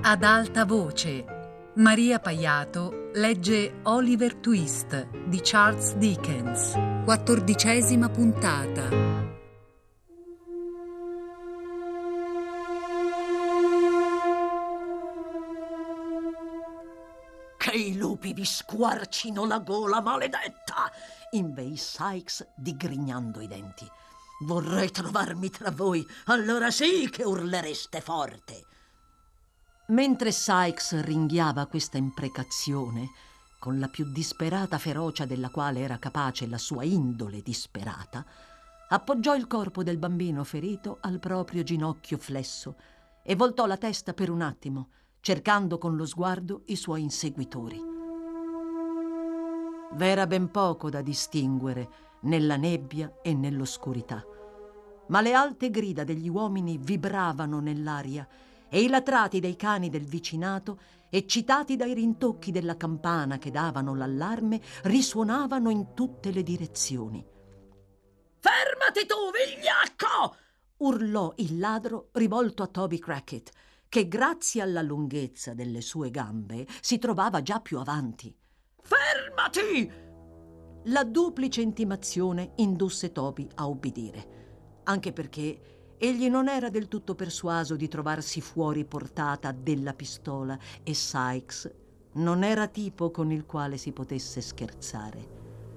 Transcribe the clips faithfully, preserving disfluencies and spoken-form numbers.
Ad alta voce, Maria Paiato legge Oliver Twist di Charles Dickens. Quattordicesima puntata. Che i lupi vi squarcino la gola, maledetta! Inveì Sikes digrignando i denti. Vorrei trovarmi tra voi, allora sì che urlereste forte. Mentre Sikes ringhiava questa imprecazione, con la più disperata ferocia della quale era capace la sua indole disperata, appoggiò il corpo del bambino ferito al proprio ginocchio flesso e voltò la testa per un attimo, cercando con lo sguardo i suoi inseguitori. V'era ben poco da distinguere nella nebbia e nell'oscurità, ma le alte grida degli uomini vibravano nell'aria e i latrati dei cani del vicinato, eccitati dai rintocchi della campana che davano l'allarme, risuonavano in tutte le direzioni. «Fermati tu, vigliacco!» urlò il ladro rivolto a Toby Crackit, che grazie alla lunghezza delle sue gambe si trovava già più avanti. «Fermati!» La duplice intimazione indusse Toby a obbedire, anche perché egli non era del tutto persuaso di trovarsi fuori portata della pistola e Sikes non era tipo con il quale si potesse scherzare.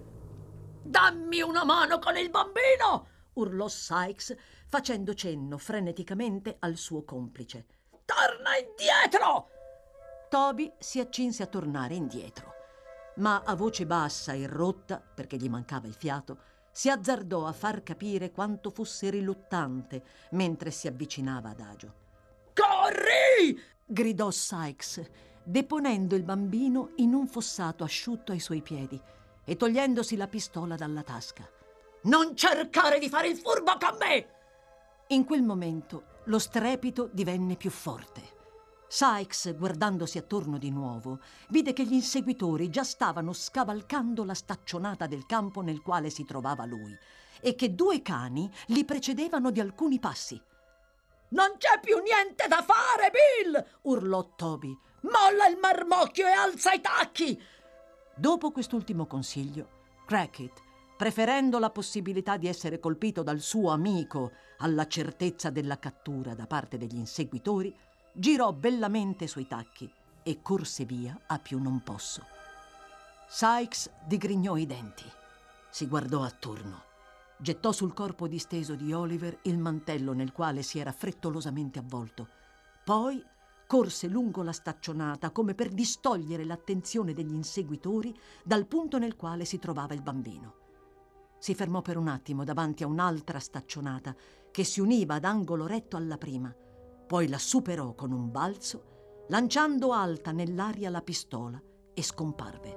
«Dammi una mano con il bambino!» urlò Sikes, facendo cenno freneticamente al suo complice. «Torna indietro!» Toby si accinse a tornare indietro, ma a voce bassa e rotta, perché gli mancava il fiato, si azzardò a far capire quanto fosse riluttante mentre si avvicinava adagio. «Corri!» gridò Sikes, deponendo il bambino in un fossato asciutto ai suoi piedi e togliendosi la pistola dalla tasca. «Non cercare di fare il furbo con me!» In quel momento lo strepito divenne più forte. Sikes, guardandosi attorno di nuovo, vide che gli inseguitori già stavano scavalcando la staccionata del campo nel quale si trovava lui e che due cani li precedevano di alcuni passi. «Non c'è più niente da fare, Bill!» urlò Toby. «Molla il marmocchio e alza i tacchi!» Dopo quest'ultimo consiglio, Crackit, preferendo la possibilità di essere colpito dal suo amico alla certezza della cattura da parte degli inseguitori, girò bellamente sui tacchi e corse via a più non posso. Sikes digrignò i denti, si guardò attorno, gettò sul corpo disteso di Oliver il mantello nel quale si era frettolosamente avvolto, poi corse lungo la staccionata come per distogliere l'attenzione degli inseguitori dal punto nel quale si trovava il bambino. Si fermò per un attimo davanti a un'altra staccionata che si univa ad angolo retto alla prima, poi la superò con un balzo, lanciando alta nell'aria la pistola e scomparve.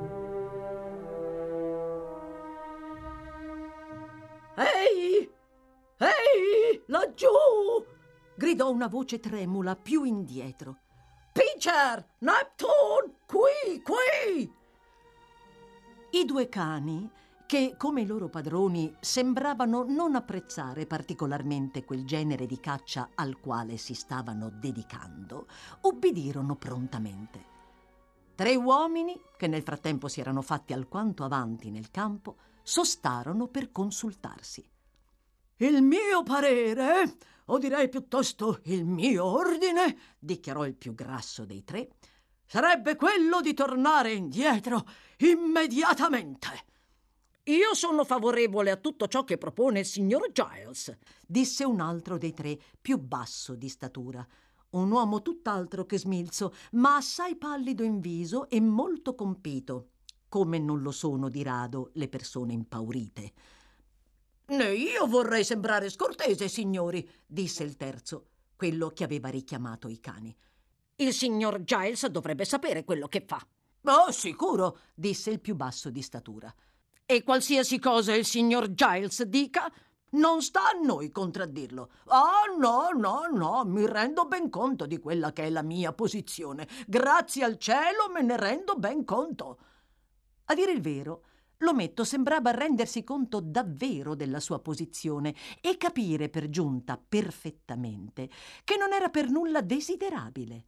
«Ehi! Ehi! Laggiù!» gridò una voce tremula più indietro. «Pincher! Neptune! Qui! Qui!» I due cani, che, come i loro padroni, sembravano non apprezzare particolarmente quel genere di caccia al quale si stavano dedicando, ubbidirono prontamente. Tre uomini, che nel frattempo si erano fatti alquanto avanti nel campo, sostarono per consultarsi. «Il mio parere, o direi piuttosto il mio ordine», dichiarò il più grasso dei tre, «sarebbe quello di tornare indietro immediatamente». «Io sono favorevole a tutto ciò che propone il signor Giles», disse un altro dei tre, più basso di statura, un uomo tutt'altro che smilzo, ma assai pallido in viso e molto compito, come non lo sono di rado le persone impaurite. «Né io vorrei sembrare scortese, signori», disse il terzo, quello che aveva richiamato i cani. «Il signor Giles dovrebbe sapere quello che fa». «Oh, sicuro», disse il più basso di statura. «E qualsiasi cosa il signor Giles dica, non sta a noi contraddirlo». «Ah, no, no, no, mi rendo ben conto di quella che è la mia posizione. Grazie al cielo me ne rendo ben conto». A dire il vero, l'ometto sembrava rendersi conto davvero della sua posizione e capire per giunta perfettamente che non era per nulla desiderabile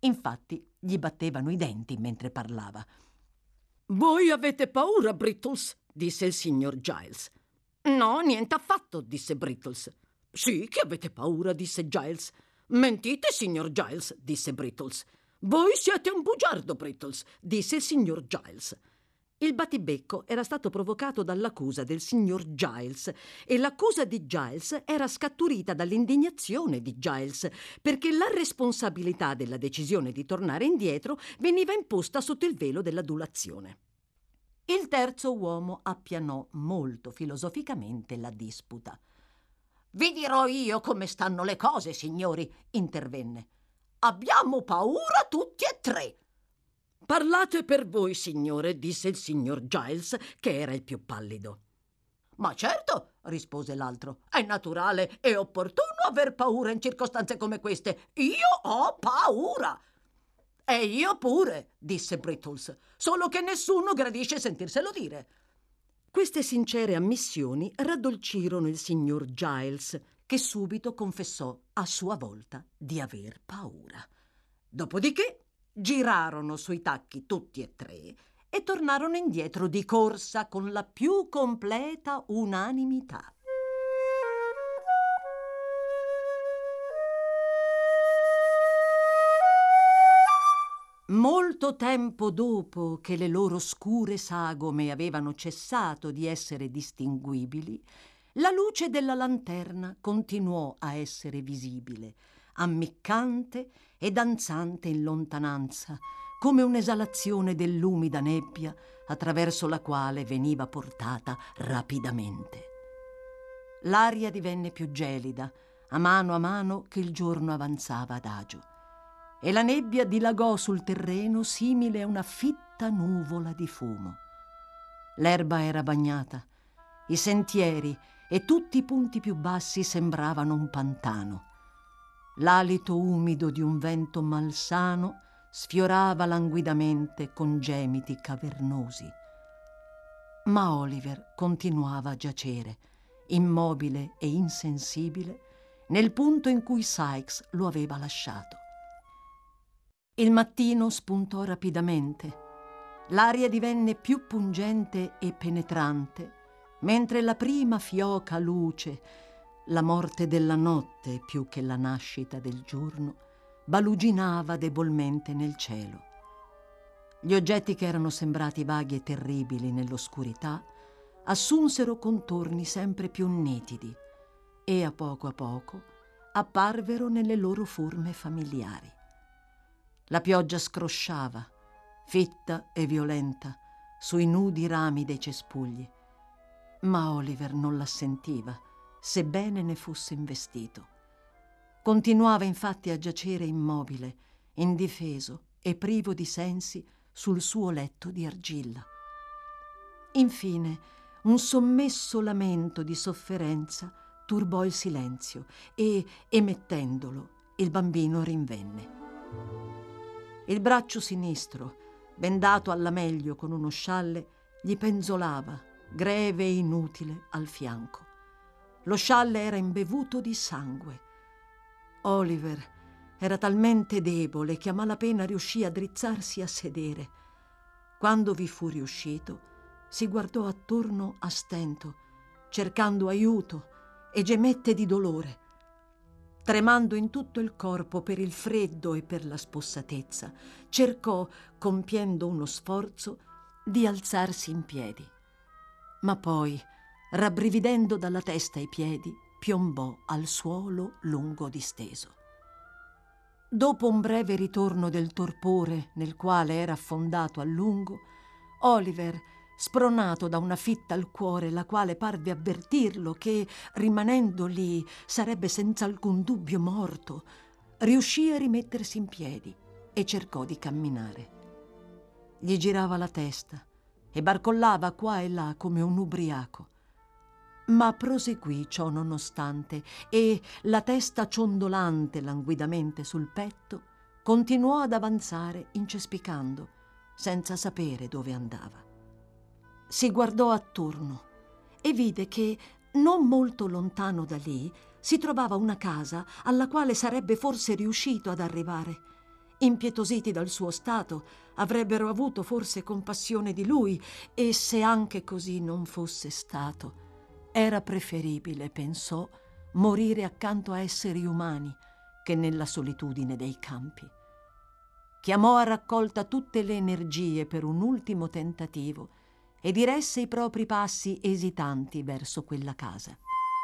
Infatti gli battevano i denti mentre parlava. «Voi avete paura, Brittles?» disse il signor Giles. «No, niente affatto», disse Brittles. «Sì, che avete paura», disse Giles. «Mentite, signor Giles», disse Brittles. «Voi siete un bugiardo, Brittles», disse il signor Giles. Il battibecco era stato provocato dall'accusa del signor Giles e l'accusa di Giles era scaturita dall'indignazione di Giles, perché la responsabilità della decisione di tornare indietro veniva imposta sotto il velo dell'adulazione. Il terzo uomo appianò molto filosoficamente la disputa. «Vi dirò io come stanno le cose, signori», intervenne. «Abbiamo paura tutti e tre». «Parlate per voi, signore», disse il signor Giles, che era il più pallido. «Ma certo», rispose l'altro, «è naturale e opportuno aver paura in circostanze come queste. Io ho paura». «E io pure», disse Brittles, «solo che nessuno gradisce sentirselo dire». Queste sincere ammissioni raddolcirono il signor Giles, che subito confessò a sua volta di aver paura. Dopodiché girarono sui tacchi tutti e tre e tornarono indietro di corsa con la più completa unanimità. Molto tempo dopo che le loro scure sagome avevano cessato di essere distinguibili, la luce della lanterna continuò a essere visibile, ammiccante e danzante in lontananza, come un'esalazione dell'umida nebbia attraverso la quale veniva portata rapidamente. L'aria divenne più gelida a mano a mano che il giorno avanzava adagio, e la nebbia dilagò sul terreno simile a una fitta nuvola di fumo. L'erba era bagnata, i sentieri e tutti i punti più bassi sembravano un pantano. L'alito umido di un vento malsano sfiorava languidamente con gemiti cavernosi. Ma Oliver continuava a giacere, immobile e insensibile, nel punto in cui Sikes lo aveva lasciato. Il mattino spuntò rapidamente. L'aria divenne più pungente e penetrante, mentre la prima fioca luce, la morte della notte più che la nascita del giorno, baluginava debolmente nel cielo. Gli oggetti che erano sembrati vaghi e terribili nell'oscurità assunsero contorni sempre più nitidi e a poco a poco apparvero nelle loro forme familiari. La pioggia scrosciava, fitta e violenta, sui nudi rami dei cespugli, ma Oliver non la sentiva, sebbene ne fosse investito. Continuava infatti a giacere immobile, indifeso e privo di sensi sul suo letto di argilla. Infine, un sommesso lamento di sofferenza turbò il silenzio e, emettendolo, il bambino rinvenne. Il braccio sinistro, bendato alla meglio con uno scialle, gli penzolava, greve e inutile, al fianco. Lo scialle era imbevuto di sangue. Oliver era talmente debole che a malapena riuscì a drizzarsi a sedere. Quando vi fu riuscito, si guardò attorno a stento, cercando aiuto, e gemette di dolore. Tremando in tutto il corpo per il freddo e per la spossatezza, cercò, compiendo uno sforzo, di alzarsi in piedi. Ma poi, rabbrividendo dalla testa ai piedi, piombò al suolo lungo disteso. Dopo un breve ritorno del torpore nel quale era affondato a lungo, Oliver, spronato da una fitta al cuore la quale parve avvertirlo che, rimanendo lì, sarebbe senza alcun dubbio morto, riuscì a rimettersi in piedi e cercò di camminare. Gli girava la testa e barcollava qua e là come un ubriaco. Ma proseguì ciò nonostante e, la testa ciondolante languidamente sul petto, continuò ad avanzare incespicando, senza sapere dove andava. Si guardò attorno e vide che, non molto lontano da lì, si trovava una casa alla quale sarebbe forse riuscito ad arrivare. impietositi dal suo stato, avrebbero avuto forse compassione di lui, e se anche così non fosse stato, era preferibile, pensò, morire accanto a esseri umani che nella solitudine dei campi. Chiamò a raccolta tutte le energie per un ultimo tentativo e diresse i propri passi esitanti verso quella casa.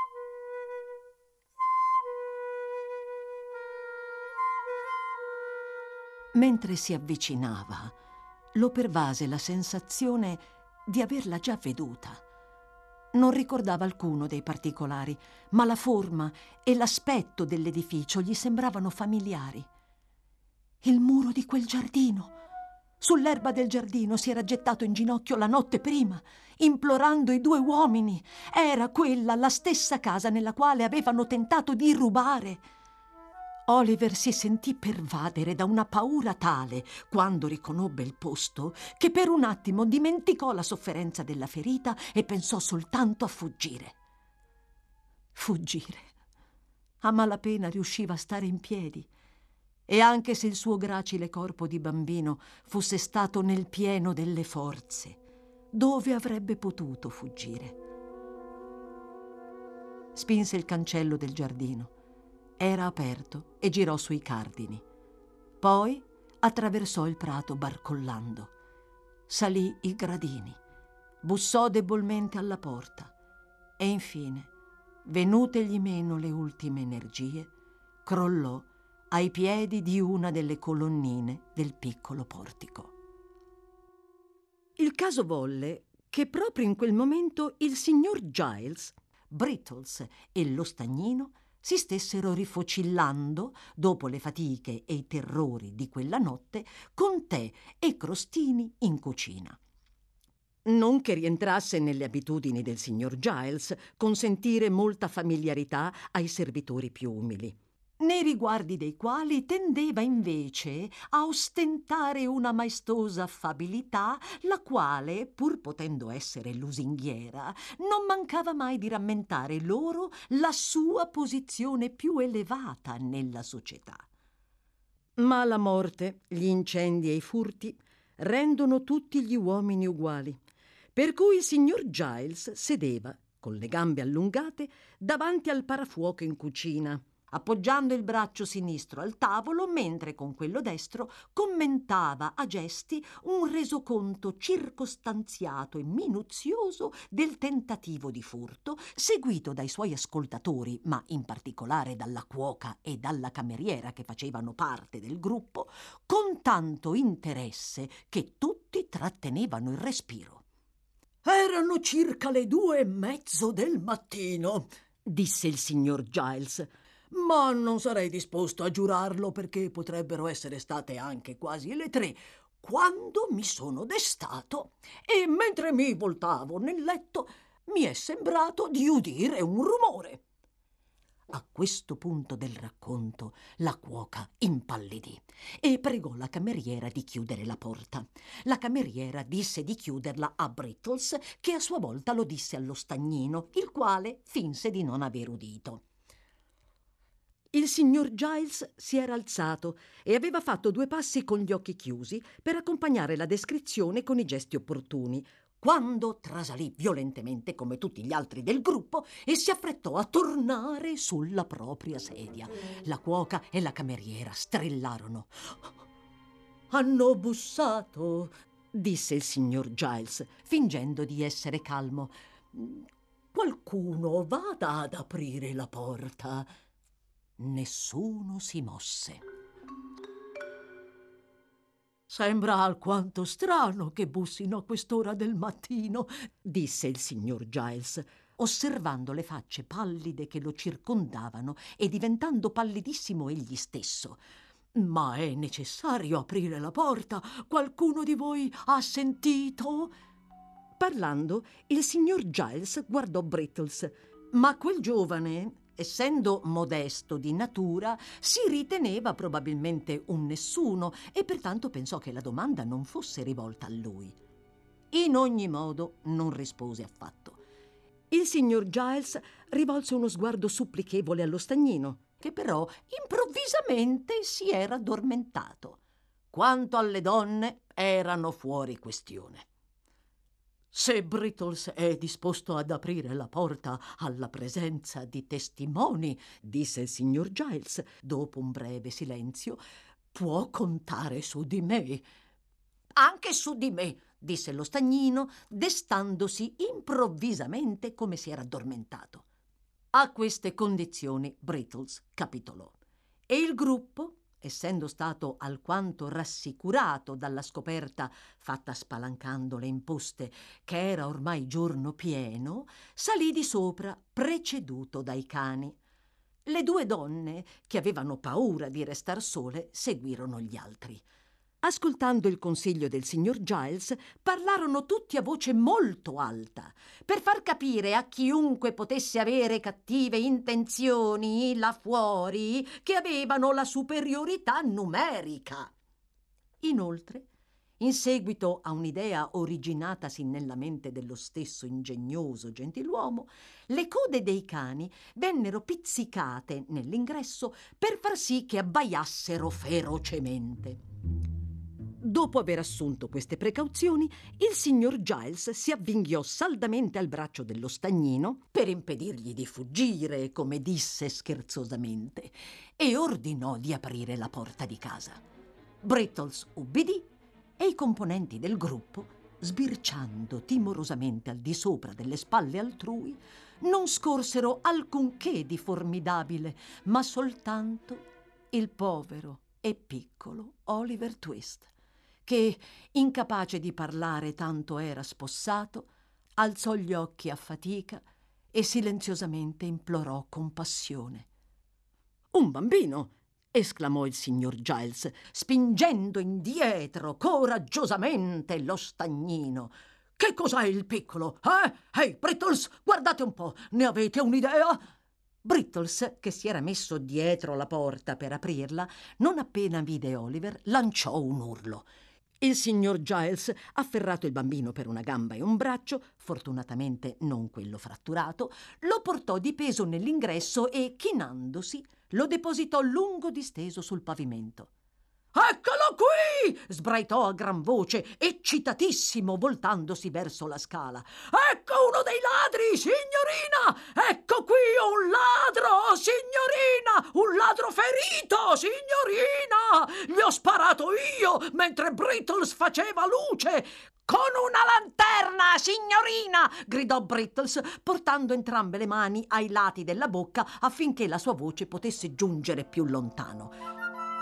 Mentre si avvicinava, lo pervase la sensazione di averla già veduta. Non ricordava alcuno dei particolari, ma la forma e l'aspetto dell'edificio gli sembravano familiari. Il muro di quel giardino. Sull'erba del giardino si era gettato in ginocchio la notte prima, implorando i due uomini. Era quella la stessa casa nella quale avevano tentato di rubare. Oliver si sentì pervadere da una paura tale quando riconobbe il posto che per un attimo dimenticò la sofferenza della ferita e pensò soltanto a fuggire. Fuggire. A malapena riusciva a stare in piedi, e anche se il suo gracile corpo di bambino fosse stato nel pieno delle forze, dove avrebbe potuto fuggire? Spinse il cancello del giardino. Era aperto e girò sui cardini. Poi attraversò il prato barcollando. Salì i gradini, bussò debolmente alla porta e infine, venutegli meno le ultime energie, crollò ai piedi di una delle colonnine del piccolo portico. Il caso volle che proprio in quel momento il signor Giles, Brittles e lo stagnino si stessero rifocillando, dopo le fatiche e i terrori di quella notte, con tè e crostini in cucina. Non che rientrasse nelle abitudini del signor Giles consentire molta familiarità ai servitori più umili, nei riguardi dei quali tendeva invece a ostentare una maestosa affabilità, la quale, pur potendo essere lusinghiera, non mancava mai di rammentare loro la sua posizione più elevata nella società. Ma la morte, gli incendi e i furti rendono tutti gli uomini uguali, per cui il signor Giles sedeva, con le gambe allungate, davanti al parafuoco in cucina, appoggiando il braccio sinistro al tavolo, mentre con quello destro commentava a gesti un resoconto circostanziato e minuzioso del tentativo di furto, seguito dai suoi ascoltatori, ma in particolare dalla cuoca e dalla cameriera che facevano parte del gruppo, con tanto interesse che tutti trattenevano il respiro. «Erano circa le due e mezzo del mattino», disse il signor Giles, «ma non sarei disposto a giurarlo perché potrebbero essere state anche quasi le tre, quando mi sono destato e mentre mi voltavo nel letto mi è sembrato di udire un rumore». A questo punto del racconto la cuoca impallidì e pregò la cameriera di chiudere la porta. La cameriera disse di chiuderla a Brittles, che a sua volta lo disse allo stagnino, il quale finse di non aver udito. Il signor Giles si era alzato e aveva fatto due passi con gli occhi chiusi per accompagnare la descrizione con i gesti opportuni, quando trasalì violentemente come tutti gli altri del gruppo e si affrettò a tornare sulla propria sedia. La cuoca e la cameriera strillarono. «Hanno bussato», disse il signor Giles, fingendo di essere calmo. «Qualcuno vada ad aprire la porta». Nessuno si mosse. «Sembra alquanto strano che bussino a quest'ora del mattino», disse il signor Giles, osservando le facce pallide che lo circondavano e diventando pallidissimo egli stesso. «Ma è necessario aprire la porta? Qualcuno di voi ha sentito?» Parlando, il signor Giles guardò Brittles, ma quel giovane, essendo modesto di natura, si riteneva probabilmente un nessuno e pertanto pensò che la domanda non fosse rivolta a lui. In ogni modo non rispose affatto. Il signor Giles rivolse uno sguardo supplichevole allo stagnino, che però improvvisamente si era addormentato. Quanto alle donne, erano fuori questione. Se Brittles è disposto ad aprire la porta alla presenza di testimoni, disse il signor Giles, dopo un breve silenzio, può contare su di me. Anche su di me, disse lo stagnino, destandosi improvvisamente come si era addormentato. A queste condizioni Brittles capitolò e il gruppo, essendo stato alquanto rassicurato dalla scoperta fatta spalancando le imposte che era ormai giorno pieno, salì di sopra preceduto dai cani. Le due donne, che avevano paura di restar sole, seguirono gli altri. Ascoltando il consiglio del signor Giles, parlarono tutti a voce molto alta, per far capire a chiunque potesse avere cattive intenzioni là fuori che avevano la superiorità numerica. Inoltre, in seguito a un'idea originatasi nella mente dello stesso ingegnoso gentiluomo, le code dei cani vennero pizzicate nell'ingresso per far sì che abbaiassero ferocemente. Dopo aver assunto queste precauzioni, il signor Giles si avvinghiò saldamente al braccio dello stagnino per impedirgli di fuggire, come disse scherzosamente, e ordinò di aprire la porta di casa. Brittles ubbidì e i componenti del gruppo, sbirciando timorosamente al di sopra delle spalle altrui, non scorsero alcunché di formidabile, ma soltanto il povero e piccolo Oliver Twist, che, incapace di parlare tanto era spossato, alzò gli occhi a fatica e silenziosamente implorò compassione. «Un bambino!» esclamò il signor Giles, spingendo indietro coraggiosamente lo stagnino. «Che cos'è il piccolo? Eh? Ehi, Brittles, guardate un po', ne avete un'idea?» Brittles, che si era messo dietro la porta per aprirla, non appena vide Oliver, lanciò un urlo. Il signor Giles, afferrato il bambino per una gamba e un braccio, fortunatamente non quello fratturato, lo portò di peso nell'ingresso e, chinandosi, lo depositò lungo disteso sul pavimento. «Eccolo qui!» sbraitò a gran voce, eccitatissimo, voltandosi verso la scala. «Ecco uno dei ladri, signorina! Ecco qui un ladro, signorina! Un ladro ferito, signorina! Gli ho sparato io mentre Brittles faceva luce!» «Con una lanterna, signorina!» gridò Brittles, portando entrambe le mani ai lati della bocca affinché la sua voce potesse giungere più lontano.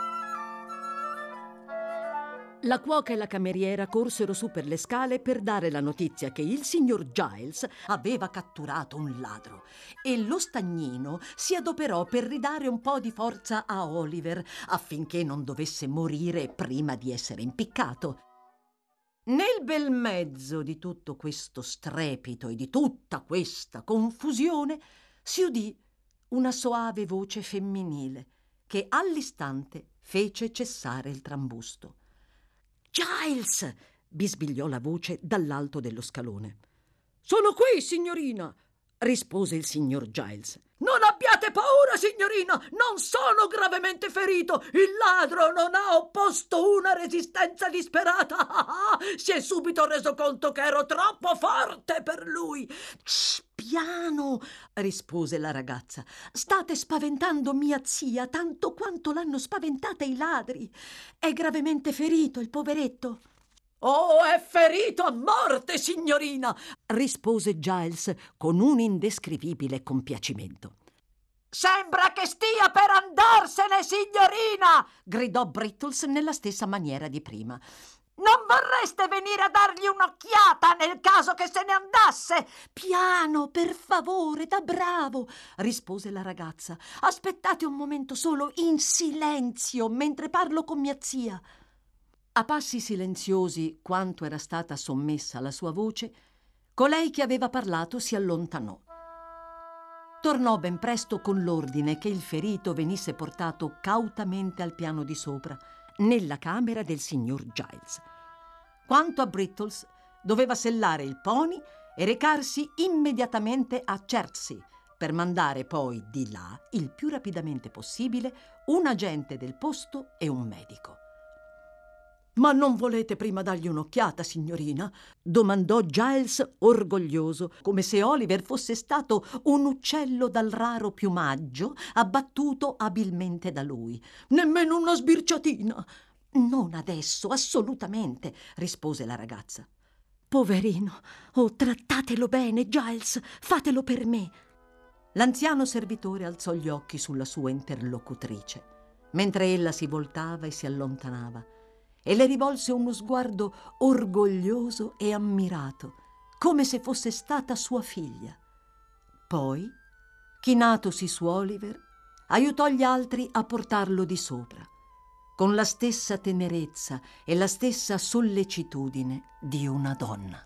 La cuoca e la cameriera corsero su per le scale per dare la notizia che il signor Giles aveva catturato un ladro e lo stagnino si adoperò per ridare un po' di forza a Oliver affinché non dovesse morire prima di essere impiccato. Nel bel mezzo di tutto questo strepito e di tutta questa confusione si udì una soave voce femminile che all'istante fece cessare il trambusto. «Giles!» bisbigliò la voce dall'alto dello scalone. «Sono qui, signorina!» rispose il signor Giles. «Non abbiate paura, signorina! Non sono gravemente ferito! Il ladro non ha opposto una resistenza disperata! Si è subito reso conto che ero troppo forte per lui!» «Shh, piano!» rispose la ragazza. «State spaventando mia zia tanto quanto l'hanno spaventata i ladri! È gravemente ferito il poveretto!» «Oh, è ferito a morte, signorina!» rispose Giles con un indescrivibile compiacimento. «Sembra che stia per andarsene, signorina!» gridò Brittles nella stessa maniera di prima. «Non vorreste venire a dargli un'occhiata nel caso che se ne andasse?» «Piano, per favore, da bravo!» rispose la ragazza. «Aspettate un momento solo in silenzio mentre parlo con mia zia». A passi silenziosi quanto era stata sommessa la sua voce, colei che aveva parlato si allontanò. Tornò ben presto con l'ordine che il ferito venisse portato cautamente al piano di sopra, nella camera del signor Giles. Quanto a Brittles, doveva sellare il pony e recarsi immediatamente a Chertsey, per mandare poi di là, il più rapidamente possibile, un agente del posto e un medico. Ma non volete prima dargli un'occhiata, signorina? Domandò Giles orgoglioso, come se Oliver fosse stato un uccello dal raro piumaggio abbattuto abilmente da lui. Nemmeno una sbirciatina. Non adesso, assolutamente, rispose la ragazza. Poverino, oh, trattatelo bene, Giles, fatelo per me. L'anziano servitore alzò gli occhi sulla sua interlocutrice, mentre ella si voltava e si allontanava, e le rivolse uno sguardo orgoglioso e ammirato, come se fosse stata sua figlia. Poi, chinatosi su Oliver, aiutò gli altri a portarlo di sopra, con la stessa tenerezza e la stessa sollecitudine di una donna.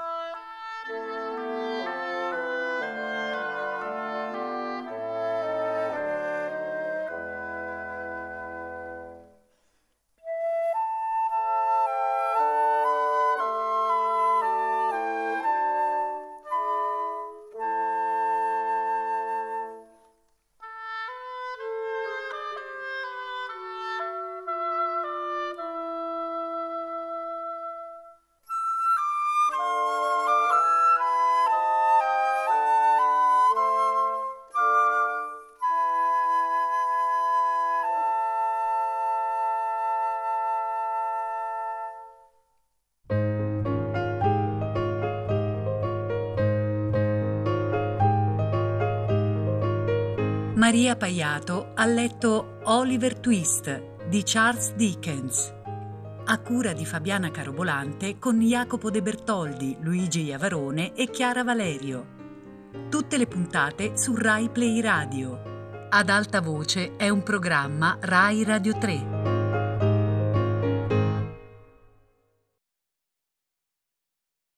Maria Paiato ha letto Oliver Twist di Charles Dickens, a cura di Fabiana Carobolante con Jacopo De Bertoldi, Luigi Iavarone e Chiara Valerio. Tutte le puntate su Rai Play Radio. Ad alta voce è un programma Rai Radio tre.